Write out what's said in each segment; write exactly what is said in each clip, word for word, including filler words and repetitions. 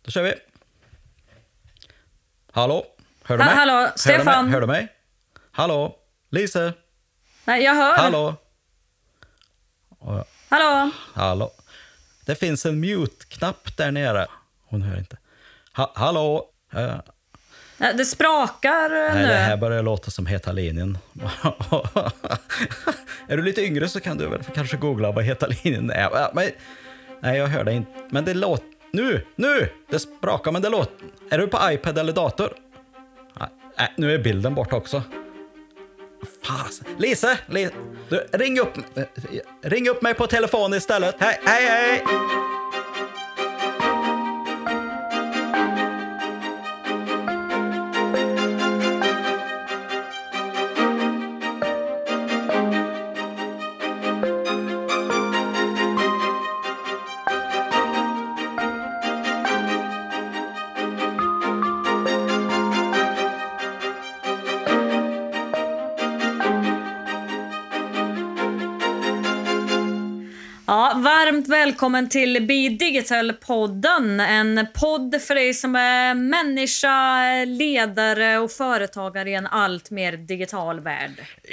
Då kör vi. Hallå? Hör du ha- mig? Hallå, Hör Stefan. Du mig? Hör du mig? Hallå? Lise? Nej, jag hör. Hallå? Hallå? Hallå? Det finns en mute-knapp där nere. Hon hör inte. Ha- hallå? Uh, Nej, det sprakar nej, nu. det här börjar låta som Heta linjen. Är du lite yngre så kan du väl kanske googla vad Heta linjen är. Ja, men, nej, jag hör det inte. Men det låter... Nu! Nu! Det sprakar, men det låter... Är du på iPad eller dator? Nej, nu är bilden bort också. Fas. Lise, Lise, du, ring upp ring upp mig på telefon istället. Hej, hej, hej. Ja, varmt välkommen till Be Digital-podden. En podd för dig som är människa, ledare och företagare i en allt mer digital värld.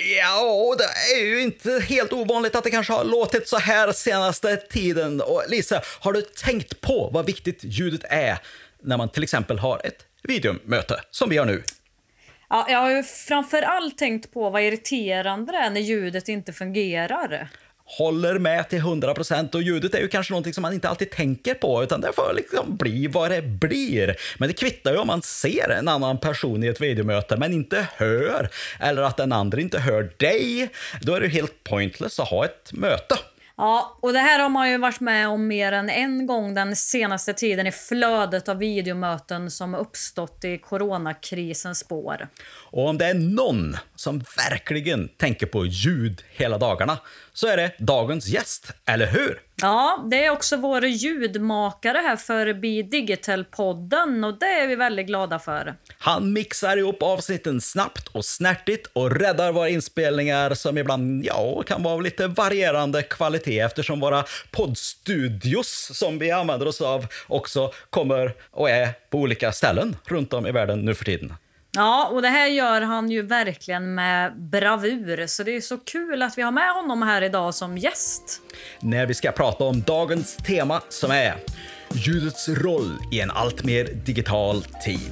Ja, det är ju inte helt ovanligt att det kanske har låtit så här senaste tiden. Och Lisa, har du tänkt på vad viktigt ljudet är när man till exempel har ett videomöte som vi har nu? Ja, jag har ju framförallt tänkt på vad irriterande det är när ljudet inte fungerar. Håller med till hundra procent, och ljudet är ju kanske någonting som man inte alltid tänker på, utan det får liksom bli vad det blir. Men det kvittar ju om man ser en annan person i ett videomöte men inte hör, eller att den andra inte hör dig. Då är det helt pointless att ha ett möte. Ja, och det här har man ju varit med om mer än en gång den senaste tiden i flödet av videomöten som uppstått i coronakrisens spår. Och om det är någon som verkligen tänker på ljud hela dagarna så är det dagens gäst, eller hur? Ja, det är också vår ljudmakare här för Be Digital-podden, och det är vi väldigt glada för. Han mixar ihop avsnitten snabbt och snärtigt och räddar våra inspelningar som ibland ja, kan vara av lite varierande kvalitet, eftersom våra poddstudios som vi använder oss av också kommer och är på olika ställen runt om i världen nu för tiden. Ja, och det här gör han ju verkligen med bravur, så det är så kul att vi har med honom här idag som gäst. När vi ska prata om dagens tema som är ljudets roll i en allt mer digital tid.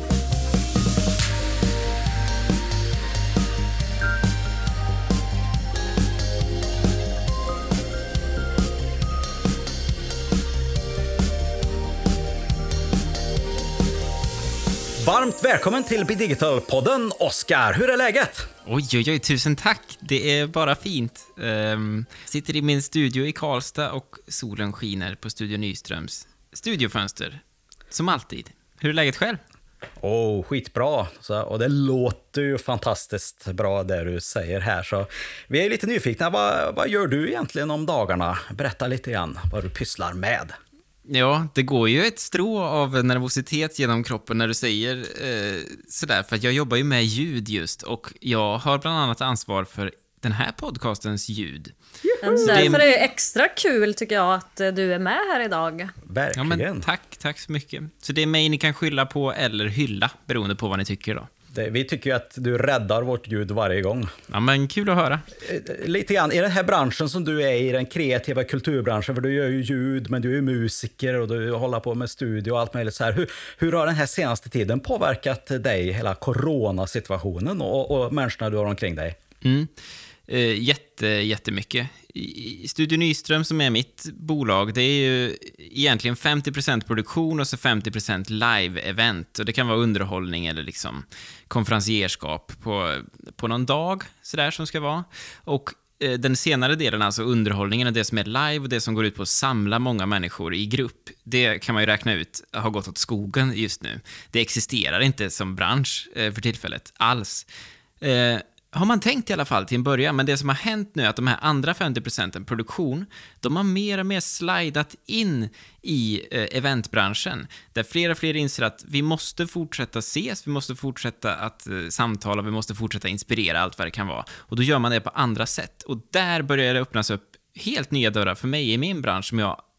Varmt välkommen till Be Digital-podden, Oskar. Hur är läget? Oj, oj, oj, tusen tack. Det är bara fint. Um, sitter i min studio i Karlstad och solen skiner på Studio Nyströms studiofönster. Som alltid. Hur är läget själv? Åh, oh, skitbra. Så, och det låter ju fantastiskt bra det du säger här. Så vi är lite nyfikna. Vad, vad gör du egentligen om dagarna? Berätta lite grann vad du pysslar med. Ja, det går ju ett strå av nervositet genom kroppen när du säger eh, sådär. För att jag jobbar ju med ljud just. Och jag har bland annat ansvar för den här podcastens ljud. Så därför är det extra kul tycker jag att du är med här idag. Verkligen. Ja, men tack, tack så mycket. Så det är mig ni kan skylla på eller hylla, beroende på vad ni tycker då. Det, vi tycker ju att du räddar vårt ljud varje gång. Ja, men kul att höra. Lite grann, i den här branschen som du är i, den kreativa kulturbranschen, för du gör ju ljud, men du är ju musiker och du håller på med studio och allt möjligt så här. Hur, hur har den här senaste tiden påverkat dig, hela coronasituationen och, och människorna du har omkring dig? Mm. Eh, jätte, jättemycket. I Studio Nyström som är mitt bolag, det är ju egentligen femtio procent produktion och så femtio procent live-event. Och det kan vara underhållning eller liksom konferencierskap på, på någon dag sådär som ska vara. Och eh, den senare delen, alltså underhållningen och det som är live och det som går ut på att samla många människor i grupp, det kan man ju räkna ut har gått åt skogen just nu. Det existerar inte som bransch eh, för tillfället alls. Eh, har man tänkt i alla fall till en början, men det som har hänt nu är att de här andra femtio procenten produktion, de har mer och mer slidat in i eh, eventbranschen, där fler och fler inser att vi måste fortsätta ses, vi måste fortsätta att eh, samtala, vi måste fortsätta inspirera allt vad det kan vara. Och då gör man det på andra sätt. Och där börjar det öppnas upp helt nya dörrar för mig i min bransch som jag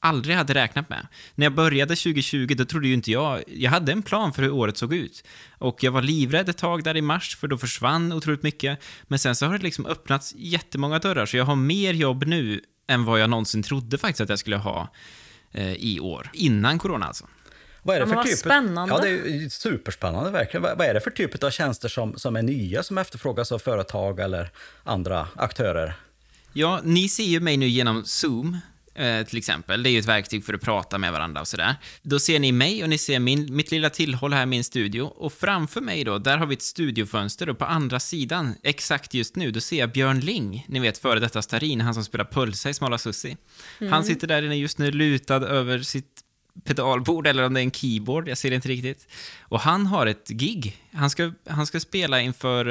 aldrig hade räknat med. När jag började tjugo tjugo, då trodde ju inte jag... Jag hade en plan för hur året såg ut. Och jag var livrädd ett tag där i mars, för då försvann otroligt mycket. Men sen så har det liksom öppnats jättemånga dörrar, så jag har mer jobb nu än vad jag någonsin trodde faktiskt att jag skulle ha eh, i år. Innan corona alltså. Vad är det Ja, för vad typ? spännande. Ja, det är ju superspännande verkligen. Vad vad är det för typ av tjänster som, som är nya, som efterfrågas av företag eller andra aktörer? Ja, ni ser ju mig nu genom Zoom, eh, till exempel. Det är ju ett verktyg för att prata med varandra och sådär. Då ser ni mig och ni ser min, mitt lilla tillhåll här i min studio. Och framför mig då, där har vi ett studiofönster. Och på andra sidan, exakt just nu, då ser jag Björn Ling. Ni vet, före detta Starin, han som spelar Pulsa i Smala Sussi. Mm. Han sitter där inne just nu lutad över sitt pedalbord, eller om det är en keyboard, jag ser det inte riktigt. Och han har ett gig. Han ska, han ska spela inför,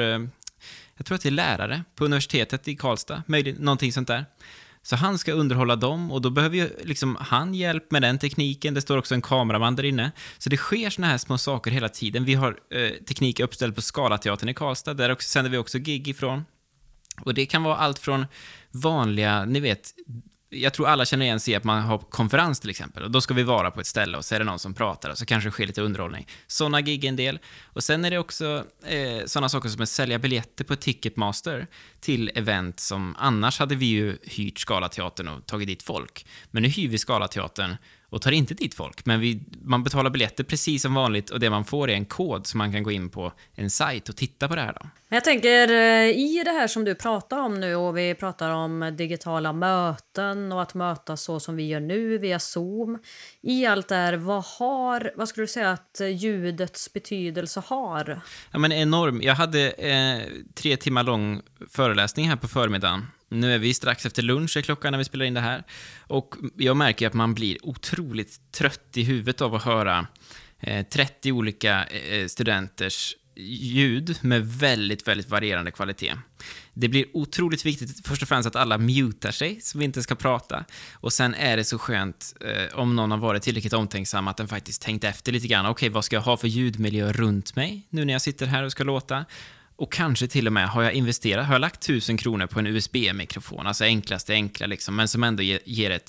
jag tror att det är lärare på universitetet i Karlstad, möjligt, någonting sånt där. Så han ska underhålla dem, och då behöver ju liksom han hjälp med den tekniken. Det står också en kameraman där inne. Så det sker såna här små saker hela tiden. Vi har eh, teknik uppställd på Scalateatern i Karlstad, där också, sänder vi också gig ifrån. Och det kan vara allt från vanliga, ni vet... Jag tror alla känner igen sig att man har konferens till exempel, och då ska vi vara på ett ställe och så är det någon som pratar och så kanske det sker lite underhållning. Såna gig en del. Och sen är det också eh, sådana saker som att sälja biljetter på Ticketmaster till event som annars hade vi ju hyrt Scalateatern och tagit dit folk. Men nu hyr vi Scalateatern och tar inte dit folk. Men vi, man betalar biljetter precis som vanligt, och det man får är en kod som man kan gå in på en sajt och titta på det här då. Jag tänker i det här som du pratar om nu, och vi pratar om digitala möten och att mötas så som vi gör nu via Zoom. I allt det här, vad, har, vad skulle du säga att ljudets betydelse har? Ja, men enorm. Jag hade eh, tre timmar lång föreläsning här på förmiddagen. Nu är vi strax efter lunch i klockan när vi spelar in det här. Och jag märker att man blir otroligt trött i huvudet av att höra eh, trettio olika eh, studenters ljud med väldigt, väldigt varierande kvalitet. Det blir otroligt viktigt först och främst att alla mutar sig så vi inte ska prata. Och sen är det så skönt eh, om någon har varit tillräckligt omtänksam att den faktiskt tänkt efter lite grann. Okej, okay, vad ska jag ha för ljudmiljö runt mig nu när jag sitter här och ska låta? Och kanske till och med har jag investerat, har jag lagt tusen kronor på en U S B-mikrofon, alltså enklaste enkla liksom, men som ändå ge, ger ett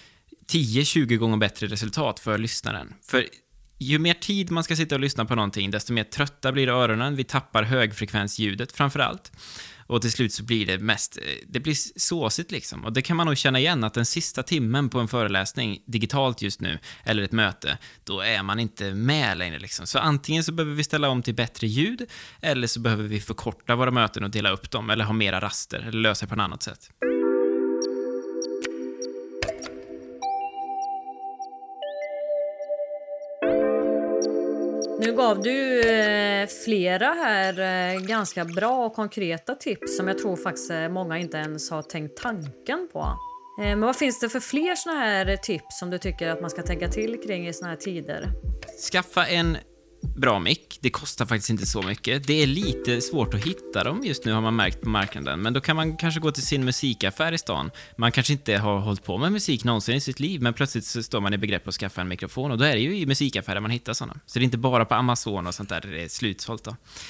tio till tjugo gånger bättre resultat för lyssnaren. För ju mer tid man ska sitta och lyssna på någonting, desto mer trötta blir öronen. Vi tappar högfrekvensljudet framför allt. Och till slut så blir det mest, det blir såsigt liksom. Och det kan man nog känna igen, att den sista timmen på en föreläsning digitalt just nu, eller ett möte, då är man inte med längre liksom. Så antingen så behöver vi ställa om till bättre ljud, eller så behöver vi förkorta våra möten och dela upp dem, eller ha mera raster, eller lösa på något annat sätt. Nu gav du eh, flera här eh, ganska bra och konkreta tips som jag tror faktiskt eh, många inte ens har tänkt tanken på. Eh, men vad finns det för fler såna här tips som du tycker att man ska tänka till kring i såna här tider? Skaffa en bra mick. Det kostar faktiskt inte så mycket. Det är lite svårt att hitta dem just nu, har man märkt på marknaden. Men då kan man kanske gå till sin musikaffär i stan. Man kanske inte har hållit på med musik någonsin i sitt liv, men plötsligt så står man i begrepp att skaffa en mikrofon. Och då är det ju i musikaffärer man hittar sådana. Så det är inte bara på Amazon och sånt där det är slutsålt då.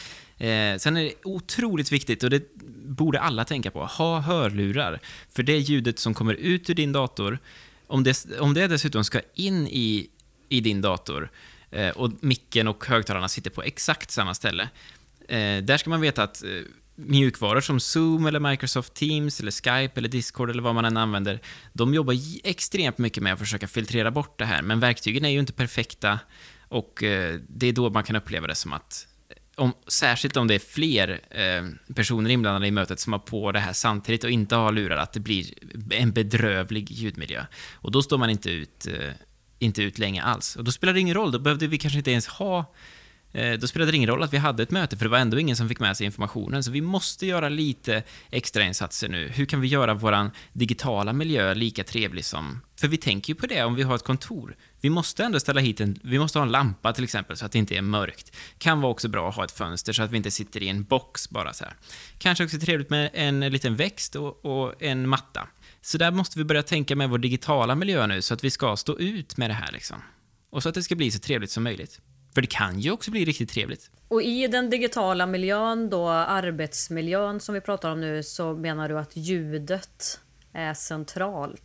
Eh, sen är det otroligt viktigt, och det borde alla tänka på, ha hörlurar. För det ljudet som kommer ut ur din dator, om det, om det dessutom ska in i, i din dator, och micken och högtalarna sitter på exakt samma ställe. Eh, där ska man veta att eh, mjukvaror som Zoom eller Microsoft Teams eller Skype eller Discord eller vad man än använder, de jobbar extremt mycket med att försöka filtrera bort det här. Men verktygen är ju inte perfekta, och eh, det är då man kan uppleva det som att om, särskilt om det är fler eh, personer inblandade i mötet som har på det här samtidigt och inte har lurar, att det blir en bedrövlig ljudmiljö. Och då står man inte ut eh, inte ut länge alls. Och då spelar det ingen roll. Då behövde vi kanske inte ens ha... Eh, då spelade det ingen roll att vi hade ett möte, för det var ändå ingen som fick med sig informationen. Så vi måste göra lite extra insatser nu. Hur kan vi göra våran digitala miljö lika trevlig som... För vi tänker ju på det om vi har ett kontor. Vi måste ändå ställa hit en... Vi måste ha en lampa till exempel så att det inte är mörkt. Kan vara också bra att ha ett fönster så att vi inte sitter i en box bara så här. Kanske också trevligt med en liten växt och, och en matta. Så där måste vi börja tänka med vår digitala miljö nu, så att vi ska stå ut med det här liksom. Och så att det ska bli så trevligt som möjligt. För det kan ju också bli riktigt trevligt. Och i den digitala miljön då, arbetsmiljön som vi pratar om nu, så menar du att ljudet är centralt?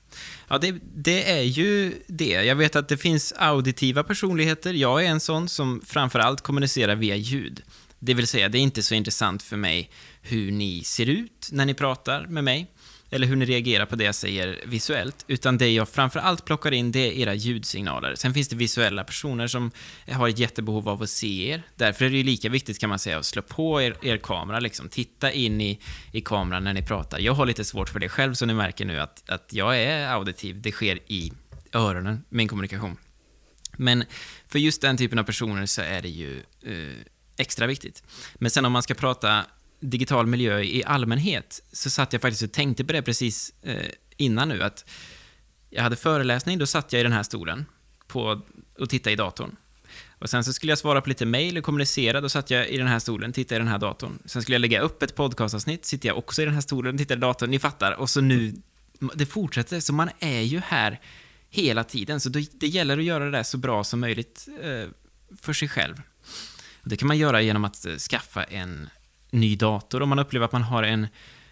Ja, det, det är ju det. Jag vet att det finns auditiva personligheter. Jag är en sån som framförallt kommunicerar via ljud. Det vill säga, det är inte så intressant för mig hur ni ser ut när ni pratar med mig, eller hur ni reagerar på det jag säger visuellt, utan det jag framförallt plockar in, det är era ljudsignaler. Sen finns det visuella personer som har ett jättebehov av att se er. Därför är det ju lika viktigt, kan man säga, att slå på er, er kamera, liksom. Titta in i, i kameran när ni pratar. Jag har lite svårt för det själv, så ni märker nu att, att jag är auditiv. Det sker i öronen, min kommunikation. Men för just den typen av personer så är det ju eh, extra viktigt. Men sen om man ska prata digital miljö i allmänhet, så satt jag faktiskt och tänkte på det precis eh, innan nu, att jag hade föreläsning, då satt jag i den här stolen på, och tittade i datorn. Och sen så skulle jag svara på lite mejl och kommunicera, då satt jag i den här stolen, tittade i den här datorn. Sen skulle jag lägga upp ett podcastavsnitt, sitter jag också i den här stolen, tittar i datorn, ni fattar. Och så nu, det fortsätter, så man är ju här hela tiden, så det, det gäller att göra det där så bra som möjligt eh, för sig själv. Och det kan man göra genom att eh, skaffa en ny dator om man upplever att man har en,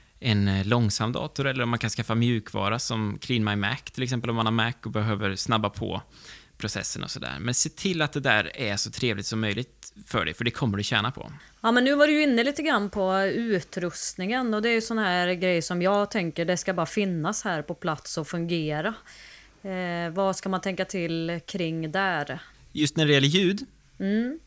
en långsam dator, eller om man kan skaffa mjukvara som Clean My Mac till exempel, om man har Mac och behöver snabba på processen och sådär. Men se till att det där är så trevligt som möjligt för dig, för det kommer du tjäna på. Ja, men nu var du ju inne lite grann på utrustningen, och det är ju sån här grej som jag tänker, det ska bara finnas här på plats och fungera. Eh, vad ska man tänka till kring där? Just när det gäller ljud? Mm.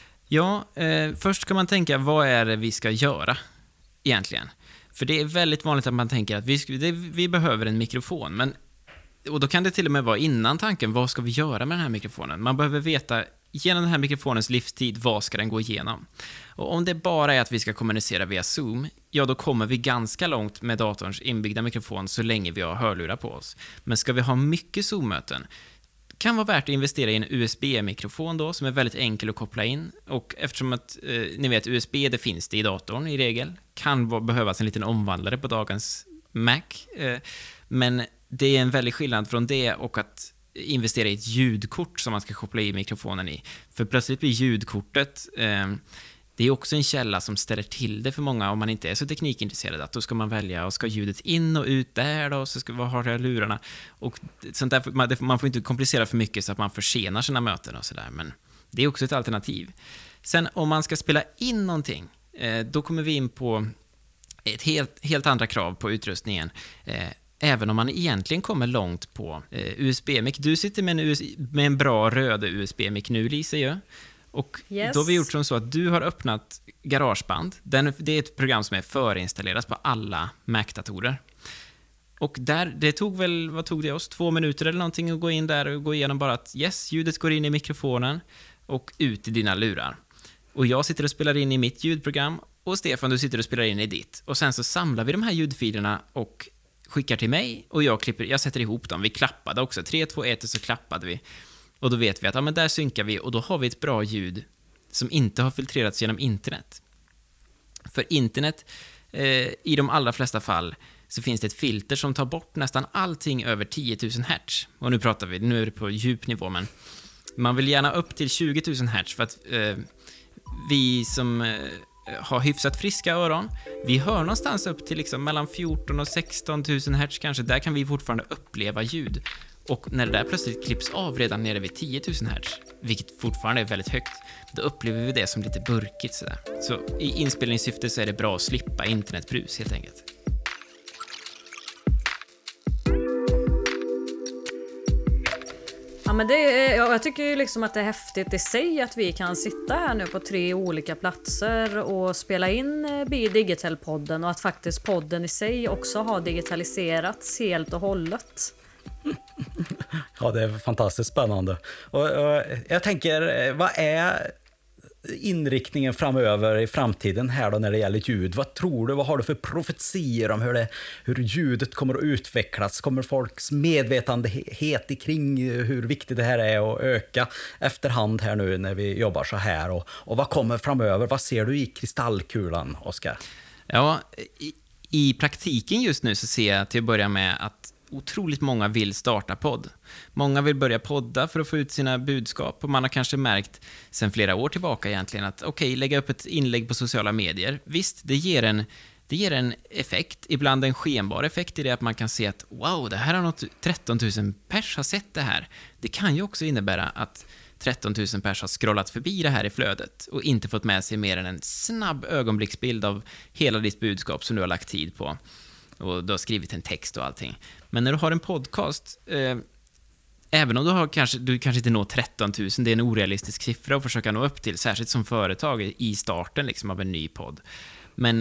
Ja, eh, först ska man tänka, vad är det vi ska göra egentligen? För det är väldigt vanligt att man tänker att vi, ska, det, vi behöver en mikrofon. Men, och då kan det till och med vara innan tanken, vad ska vi göra med den här mikrofonen? Man behöver veta, genom den här mikrofonens livstid, vad ska den gå igenom? Och om det bara är att vi ska kommunicera via Zoom, ja då kommer vi ganska långt med datorns inbyggda mikrofon så länge vi har hörlurar på oss. Men ska vi ha mycket Zoom-möten, kan vara värt att investera i en U S B-mikrofon då, som är väldigt enkel att koppla in. Och eftersom att, eh, ni vet, U S B, det finns det i datorn i regel. Kan vara, behövas en liten omvandlare på dagens Mac. Eh, men det är en väldig skillnad från det och att investera i ett ljudkort som man ska koppla i mikrofonen i. För plötsligt blir ljudkortet... Eh, det är också en källa som ställer till det för många om man inte är så teknikintresserad. Att då ska man välja, och ska ljudet in och ut där då, så ska vad har jag lurarna. Och sånt där, man, man får inte komplicera för mycket så att man försenar sina möten och sådär. Men det är också ett alternativ. Sen om man ska spela in någonting, eh, då kommer vi in på ett helt, helt andra krav på utrustningen. Eh, Även om man egentligen kommer långt på eh, U S B-mic. Du sitter med en, U S- med en bra röd U S B-mic nu, Lisa, ju. Och Yes. då har vi gjort som så att du har öppnat GarageBand. Den, det är ett program som är förinstallerat på alla Mac-datorer. Och där, det tog väl, vad tog det oss? Två minuter eller någonting att gå in där och gå igenom bara att yes, ljudet går in i mikrofonen och ut i dina lurar. Och jag sitter och spelar in i mitt ljudprogram, och Stefan, du sitter och spelar in i ditt. Och sen så samlar vi de här ljudfilerna och skickar till mig, och jag klipper, jag sätter ihop dem. Vi klappade också, tre, två, ett, och så klappade vi. Och då vet vi att ja, men där synkar vi, och då har vi ett bra ljud som inte har filtrerats genom internet. För internet, eh, i de allra flesta fall, så finns det ett filter som tar bort nästan allting över tio tusen hertz. Och nu pratar vi, nu är det på djup nivå, men man vill gärna upp till tjugo tusen hertz för att eh, vi som eh, har hyfsat friska öron, vi hör någonstans upp till liksom mellan fjorton och sexton tusen hertz kanske. Där kan vi fortfarande uppleva ljud. Och när det där plötsligt klipps av redan nere vid tio tusen hertz, vilket fortfarande är väldigt högt, då upplever vi det som lite burkigt sådär. Så i inspelningssyfte så är det bra att slippa internetbrus helt enkelt. Ja, men det är, jag tycker ju liksom att det är häftigt i sig att vi kan sitta här nu på tre olika platser och spela in Be Digital-podden, och att faktiskt podden i sig också har digitaliserats helt och hållet. Ja, det är fantastiskt spännande. Och, och jag tänker, vad är inriktningen framöver i framtiden här då när det gäller ljud? Vad tror du, vad har du för profetier om hur, det, hur ljudet kommer att utvecklas? Kommer folks medvetenhet kring hur viktigt det här är att öka efterhand här nu när vi jobbar så här? Och, och vad kommer framöver? Vad ser du i kristallkulan, Oskar? Ja, i, i praktiken just nu så ser jag till att börja med att otroligt många vill starta podd. Många vill börja podda för att få ut sina budskap, och man har kanske märkt sedan flera år tillbaka egentligen att okej, okay, lägga upp ett inlägg på sociala medier. Visst, det ger en Det ger en effekt, ibland en skenbar effekt i det att man kan se att wow, det här har något tretton tusen pers har sett det här. Det kan ju också innebära att tretton tusen pers har scrollat förbi det här i flödet och inte fått med sig mer än en snabb ögonblicksbild av hela ditt budskap som du har lagt tid på. Och du har skrivit en text och allting. Men när du har en podcast, eh, även om du, har kanske, du kanske inte når tretton tusen, det är en orealistisk siffra att försöka nå upp till, särskilt som företag i starten liksom, av en ny podd. Men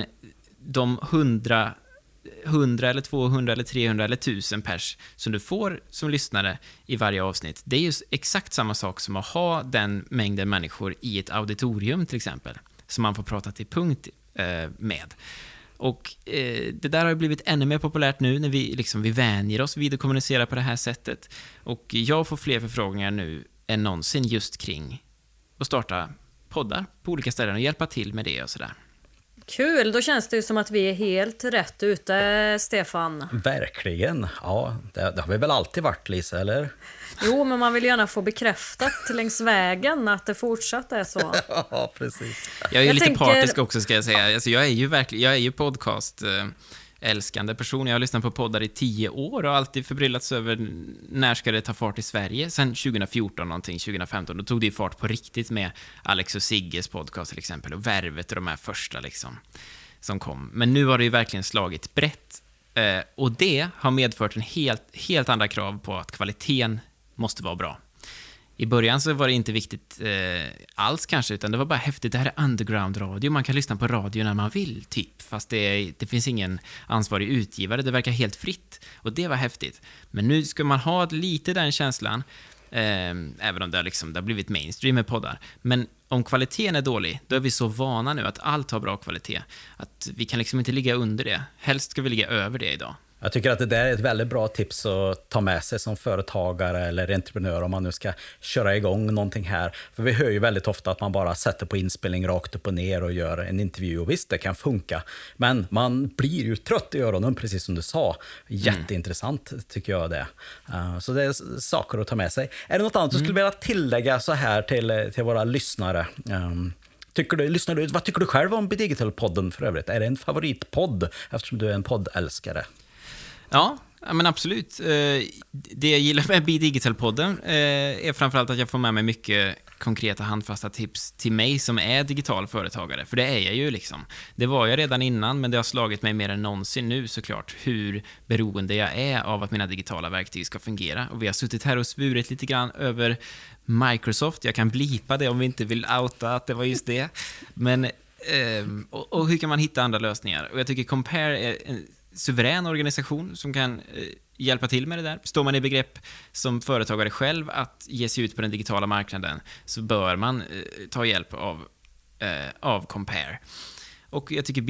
de hundra, hundra eller tvåhundra eller trehundra eller tusen pers som du får som lyssnare i varje avsnitt, det är ju exakt samma sak som att ha den mängden människor i ett auditorium till exempel, som man får prata till punkt eh, med. Och eh, det där har blivit ännu mer populärt nu när vi, liksom, vi vänjer oss vid att kommunicera på det här sättet. Och jag får fler förfrågningar nu än någonsin just kring att starta poddar på olika ställen och hjälpa till med det och sådär. Kul, då känns det ju som att vi är helt rätt ute, Stefan. Verkligen. Ja, det, det har vi väl alltid varit, Lisa, eller? Jo, men man vill gärna få bekräftat längs vägen att det fortsatt är så. Ja, precis. Jag är ju Jag lite tänker- partisk också, ska jag säga. Alltså, jag är ju verkligen, jag är ju podcast eh, älskande person. Jag har lyssnat på poddar i tio år och alltid förbryllats över när ska det ta fart i Sverige. Sen tjugo fjorton någonting, tjugo femton, då tog det ju fart på riktigt med Alex och Sigges podcast till exempel, och Värvet och de här första liksom som kom. Men nu har det ju verkligen slagit brett. Eh, och det har medfört en helt, helt andra krav på att kvaliteten måste vara bra. I början så var det inte viktigt eh, alls kanske, utan det var bara häftigt. Det här är underground-radio, man kan lyssna på radio när man vill, typ. Fast det, är, det finns ingen ansvarig utgivare, det verkar helt fritt. Och det var häftigt. Men nu ska man ha lite den känslan, eh, även om det har, liksom, det har blivit mainstream med poddar. Men om kvaliteten är dålig, då är vi så vana nu att allt har bra kvalitet. Att vi kan liksom inte ligga under det. Helst ska vi ligga över det idag. Jag tycker att det där är ett väldigt bra tips att ta med sig som företagare eller entreprenör om man nu ska köra igång någonting här. För vi hör ju väldigt ofta att man bara sätter på inspelning rakt upp och ner och gör en intervju. Och visst, det kan funka. Men man blir ju trött i öronen, precis som du sa. Jätteintressant tycker jag det. Uh, så det är saker att ta med sig. Är det något annat du skulle vilja tillägga så här till, till våra lyssnare? Um, Tycker du, lyssnar du, vad tycker du själv om BeDigital-podden för övrigt? Är det en favoritpodd eftersom du är en poddälskare? Ja, men absolut. Det jag gillar med BeDigital-podden är framförallt att jag får med mig mycket konkreta handfasta tips till mig som är digital företagare. För det är jag ju liksom. Det var jag redan innan, men det har slagit mig mer än någonsin nu såklart hur beroende jag är av att mina digitala verktyg ska fungera. Och vi har suttit här och svurit lite grann över Microsoft. Jag kan blipa det om vi inte vill outa att det var just det. Men, eh, och, och hur kan man hitta andra lösningar? Och jag tycker Compare är en suverän organisation som kan eh, hjälpa till med det där. Står man i begrepp som företagare själv att ge sig ut på den digitala marknaden, så bör man eh, ta hjälp av, eh, av Compare. Och jag tycker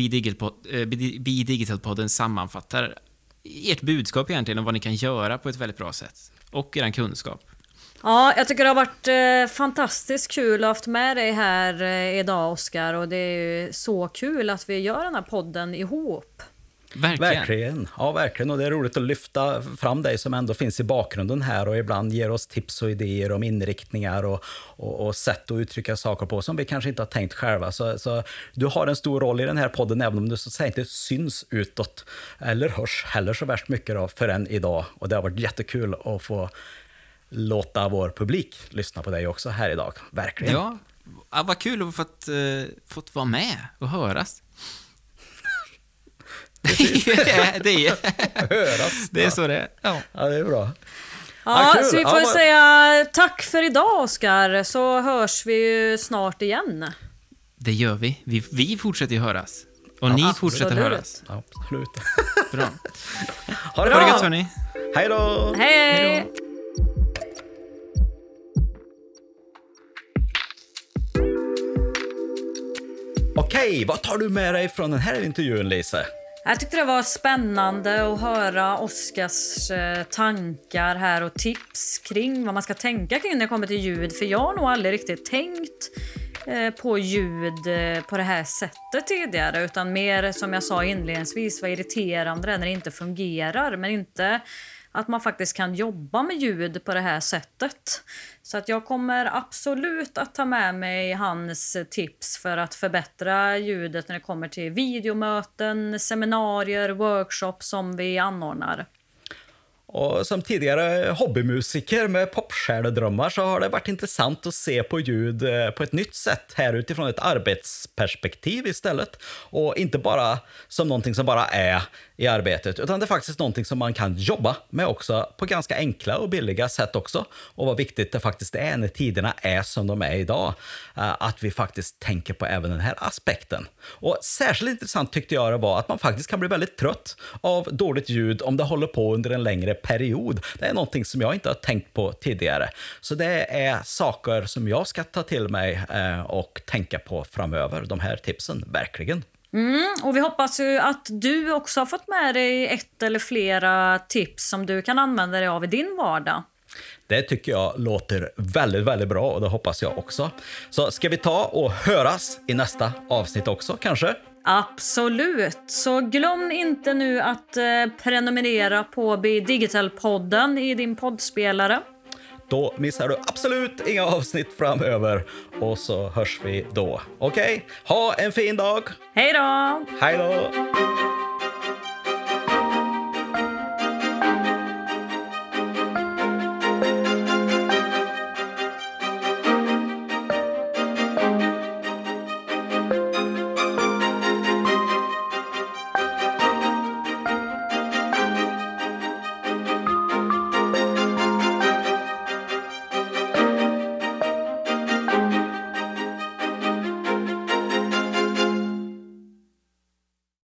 BeDigital-podden sammanfattar ert budskap egentligen om vad ni kan göra på ett väldigt bra sätt. Och er kunskap. Ja, jag tycker det har varit eh, fantastiskt kul att ha haft med dig här eh, idag, Oskar. Och det är ju så kul att vi gör den här podden ihop. Verkligen. Verkligen. Ja, verkligen. Och det är roligt att lyfta fram dig som ändå finns i bakgrunden här och ibland ger oss tips och idéer om inriktningar och, och, och sätt att uttrycka saker på som vi kanske inte har tänkt själva. Så, så du har en stor roll i den här podden, även om du så att säga inte syns utåt eller hörs heller så värst mycket då, förrän idag. Och det har varit jättekul att få låta vår publik lyssna på dig också här idag. Verkligen. Ja, ja vad kul att ha fått, uh, fått vara med och höras. det är det. Höras. Det är så det är. Ja. Ja, det är bra. Ja, Ja, så vi kul. får Ja, vad- säga tack för idag, Oskar. Så hörs vi ju snart igen. Det gör vi. Vi, vi fortsätter ju höras. Och ni fortsätter absolut. höras. Absolut. Bra. Ha det Bra. Ha det bra. gött, hörni. Hej då! Hej! Okej, vad tar du med dig från den här intervjun, Lisa? Jag tyckte det var spännande att höra Oskars eh, tankar här och tips kring vad man ska tänka kring när det kommer till ljud. För jag har nog aldrig riktigt tänkt eh, på ljud eh, på det här sättet tidigare. Utan mer, som jag sa inledningsvis, vad irriterande det är när det inte fungerar. Men inte att man faktiskt kan jobba med ljud på det här sättet. Så att jag kommer absolut att ta med mig hans tips för att förbättra ljudet när det kommer till videomöten, seminarier, workshops som vi anordnar. Och som tidigare hobbymusiker med popstjärnedrömmar så har det varit intressant att se på ljud på ett nytt sätt här utifrån ett arbetsperspektiv istället. Och inte bara som någonting som bara är i arbetet, utan det är faktiskt någonting som man kan jobba med också på ganska enkla och billiga sätt också. Och vad viktigt det faktiskt är när tiderna är som de är idag, att vi faktiskt tänker på även den här aspekten. Och särskilt intressant tyckte jag det var att man faktiskt kan bli väldigt trött av dåligt ljud om det håller på under en längre period. Det är någonting som jag inte har tänkt på tidigare. Så det är saker som jag ska ta till mig och tänka på framöver, de här tipsen, verkligen. Mm, och vi hoppas ju att du också har fått med dig ett eller flera tips som du kan använda dig av i din vardag. Det tycker jag låter väldigt, väldigt bra och det hoppas jag också. Så ska vi ta och höras i nästa avsnitt också kanske? Absolut, så glöm inte nu att eh, prenumerera på Be Digital-podden i din poddspelare. Då missar du absolut inga avsnitt framöver och så hörs vi då. Okej, okay? Ha en fin dag! Hej då! Hej då!